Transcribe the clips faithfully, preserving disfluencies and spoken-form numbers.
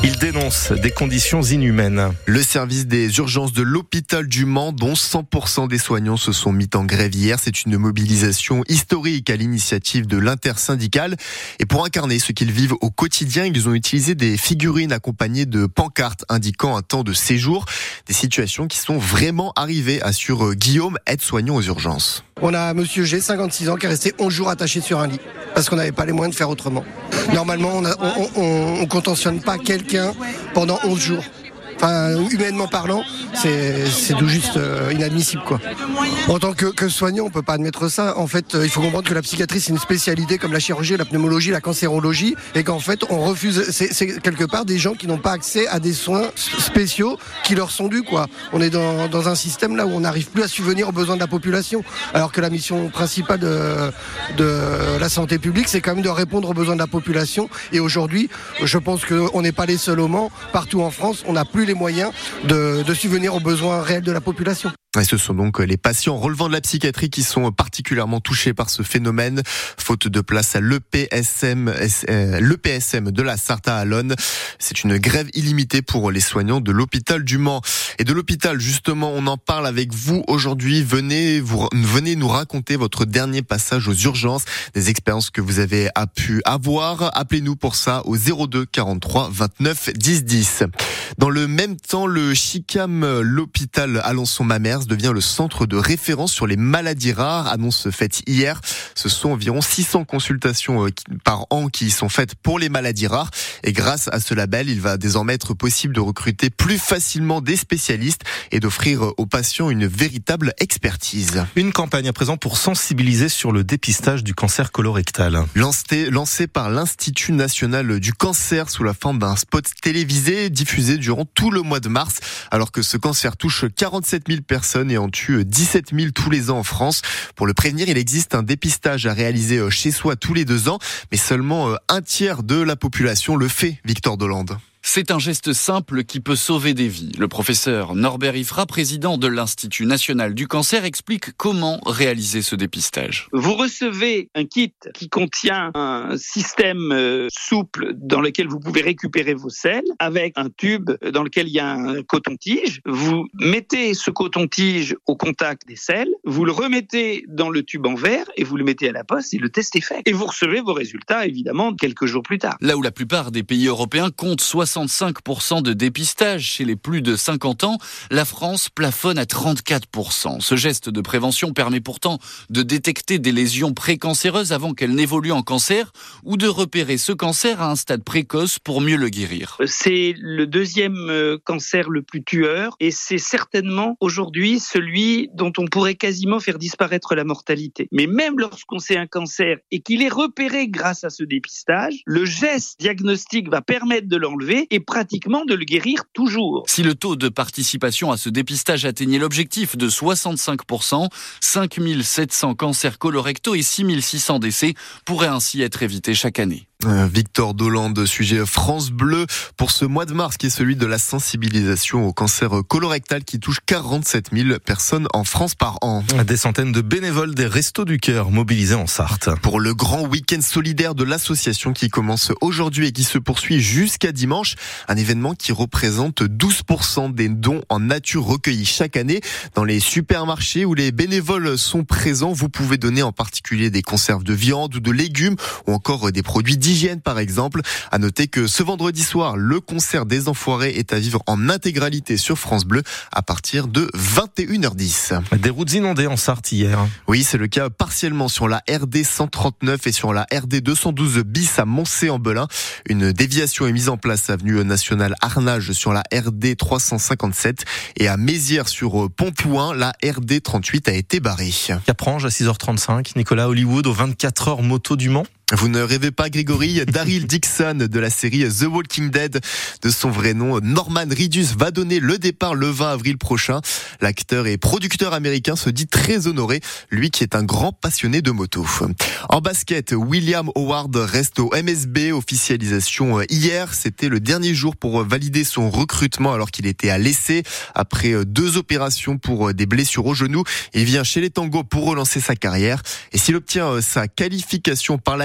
Il dénonce des conditions inhumaines. Le service des urgences de l'hôpital du Mans, dont cent pour cent des soignants se sont mis en grève hier. C'est une mobilisation historique à l'initiative de l'intersyndicale. Et pour incarner ce qu'ils vivent au quotidien, ils ont utilisé des figurines accompagnées de pancartes indiquant un temps de séjour. Des situations qui sont vraiment arrivées, assure Guillaume, aide-soignant aux urgences. On a monsieur G, cinquante-six ans, qui est resté onze jours attaché sur un lit parce qu'on n'avait pas les moyens de faire autrement. Normalement, on ne on, on, on contentionne pas quelqu'un pendant onze jours. Enfin, humainement parlant, c'est, c'est tout juste euh, inadmissible, quoi. En tant que, que soignant, on peut pas admettre ça. En fait, euh, il faut comprendre que la psychiatrie, c'est une spécialité comme la chirurgie, la pneumologie, la cancérologie, et qu'en fait, on refuse. C'est, c'est quelque part des gens qui n'ont pas accès à des soins spéciaux qui leur sont dus, quoi. On est dans, dans un système là où on n'arrive plus à subvenir aux besoins de la population, alors que la mission principale de, de la santé publique, c'est quand même de répondre aux besoins de la population. Et aujourd'hui, je pense qu'on n'est pas les seuls au Mans. Partout en France, on n'a plus les moyens de, de subvenir aux besoins réels de la population. Et ce sont donc les patients relevant de la psychiatrie qui sont particulièrement touchés par ce phénomène. Faute de place à l'E P S M, euh, l'E P S M de la Sarthe à Allonne. C'est une grève illimitée pour les soignants de l'hôpital du Mans. Et de l'hôpital, justement, on en parle avec vous aujourd'hui. Venez, vous, venez nous raconter votre dernier passage aux urgences, des expériences que vous avez pu avoir. Appelez-nous pour ça au zéro deux quarante-trois vingt-neuf dix dix. Dans le même temps, le Chicam, l'hôpital Alençon-Mamers, devient le centre de référence sur les maladies rares. Annonce faite hier. Ce sont environ six cents consultations par an qui sont faites pour les maladies rares. Et grâce à ce label, il va désormais être possible de recruter plus facilement des spécialistes et d'offrir aux patients une véritable expertise. Une campagne à présent pour sensibiliser sur le dépistage du cancer colorectal. Lancé, lancé par l'Institut national du cancer sous la forme d'un spot télévisé diffusé durant tout le mois de mars, alors que ce cancer touche quarante-sept mille personnes et en tue dix-sept mille tous les ans en France. Pour le prévenir, il existe un dépistage à réaliser chez soi tous les deux ans, mais seulement un tiers de la population le fait, Victor Dolande. C'est un geste simple qui peut sauver des vies. Le professeur Norbert Ifra, président de l'Institut national du cancer, explique comment réaliser ce dépistage. Vous recevez un kit qui contient un système souple dans lequel vous pouvez récupérer vos selles, avec un tube dans lequel il y a un coton-tige. Vous mettez ce coton-tige au contact des selles, vous le remettez dans le tube en verre et vous le mettez à la poste et le test est fait. Et vous recevez vos résultats, évidemment, quelques jours plus tard. Là où la plupart des pays européens comptent soixante soixante-cinq pour cent de dépistage chez les plus de cinquante ans, la France plafonne à trente-quatre pour cent. Ce geste de prévention permet pourtant de détecter des lésions précancéreuses avant qu'elles n'évoluent en cancer ou de repérer ce cancer à un stade précoce pour mieux le guérir. C'est le deuxième cancer le plus tueur et c'est certainement aujourd'hui celui dont on pourrait quasiment faire disparaître la mortalité. Mais même lorsqu'on sait un cancer et qu'il est repéré grâce à ce dépistage, le geste diagnostique va permettre de l'enlever et pratiquement de le guérir toujours. Si le taux de participation à ce dépistage atteignait l'objectif de soixante-cinq pour cent, cinq mille sept cents cancers colorectaux et six mille six cents décès pourraient ainsi être évités chaque année. Victor Dolande, sujet France Bleu pour ce mois de mars qui est celui de la sensibilisation au cancer colorectal qui touche quarante-sept mille personnes en France par an. Des centaines de bénévoles des Restos du Cœur mobilisés en Sarthe. Pour le grand week-end solidaire de l'association qui commence aujourd'hui et qui se poursuit jusqu'à dimanche, un événement qui représente douze pour cent des dons en nature recueillis chaque année dans les supermarchés où les bénévoles sont présents. Vous pouvez donner en particulier des conserves de viande ou de légumes ou encore des produits d'hygiène par exemple. À noter que ce vendredi soir, le concert des Enfoirés est à vivre en intégralité sur France Bleu à partir de vingt et une heures dix. Des routes inondées en Sarthe hier. Oui, c'est le cas partiellement sur la R D cent trente-neuf et sur la R D deux cent douze bis à Moncé-en-Belin. Une déviation est mise en place avenue nationale Arnage sur la R D trois cent cinquante-sept et à Mézières sur Pontouin, la R D trente-huit a été barrée. Caprange à six heures trente-cinq, Nicolas Hollywood aux vingt-quatre heures moto du Mans. Vous ne rêvez pas, Grégory? Daryl Dixon de la série The Walking Dead, de son vrai nom Norman Reedus, va donner le départ le vingt avril prochain. L'acteur et producteur américain se dit très honoré, lui qui est un grand passionné de moto. En basket, William Howard reste au M S B, officialisation hier. C'était le dernier jour pour valider son recrutement alors qu'il était à l'essai. Après deux opérations pour des blessures au genou, il vient chez les Tangos pour relancer sa carrière. Et s'il obtient sa qualification par la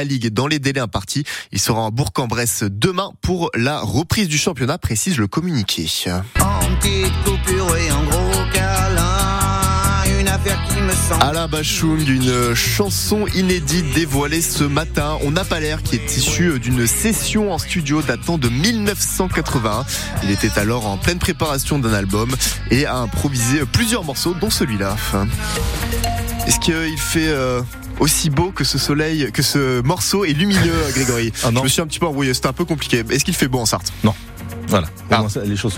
Ligue dans les délais impartis. Il sera en Bourg-en-Bresse demain pour la reprise du championnat, précise le communiqué. En petite coupure et en gros câlin, une affaire qui me semble... Alain Bachung, une chanson inédite dévoilée ce matin. On n'a pas l'air qui est issue d'une session en studio datant de mille neuf cent quatre-vingt-un. Il était alors en pleine préparation d'un album et a improvisé plusieurs morceaux, dont celui-là. Est-ce qu'il fait... Euh aussi beau que ce soleil, que ce morceau est lumineux, Grégory? Ah non. Je me suis un petit peu embrouillé, c'était un peu compliqué. Est-ce qu'il fait beau en Sarthe? Non. Voilà. Ah. Les choses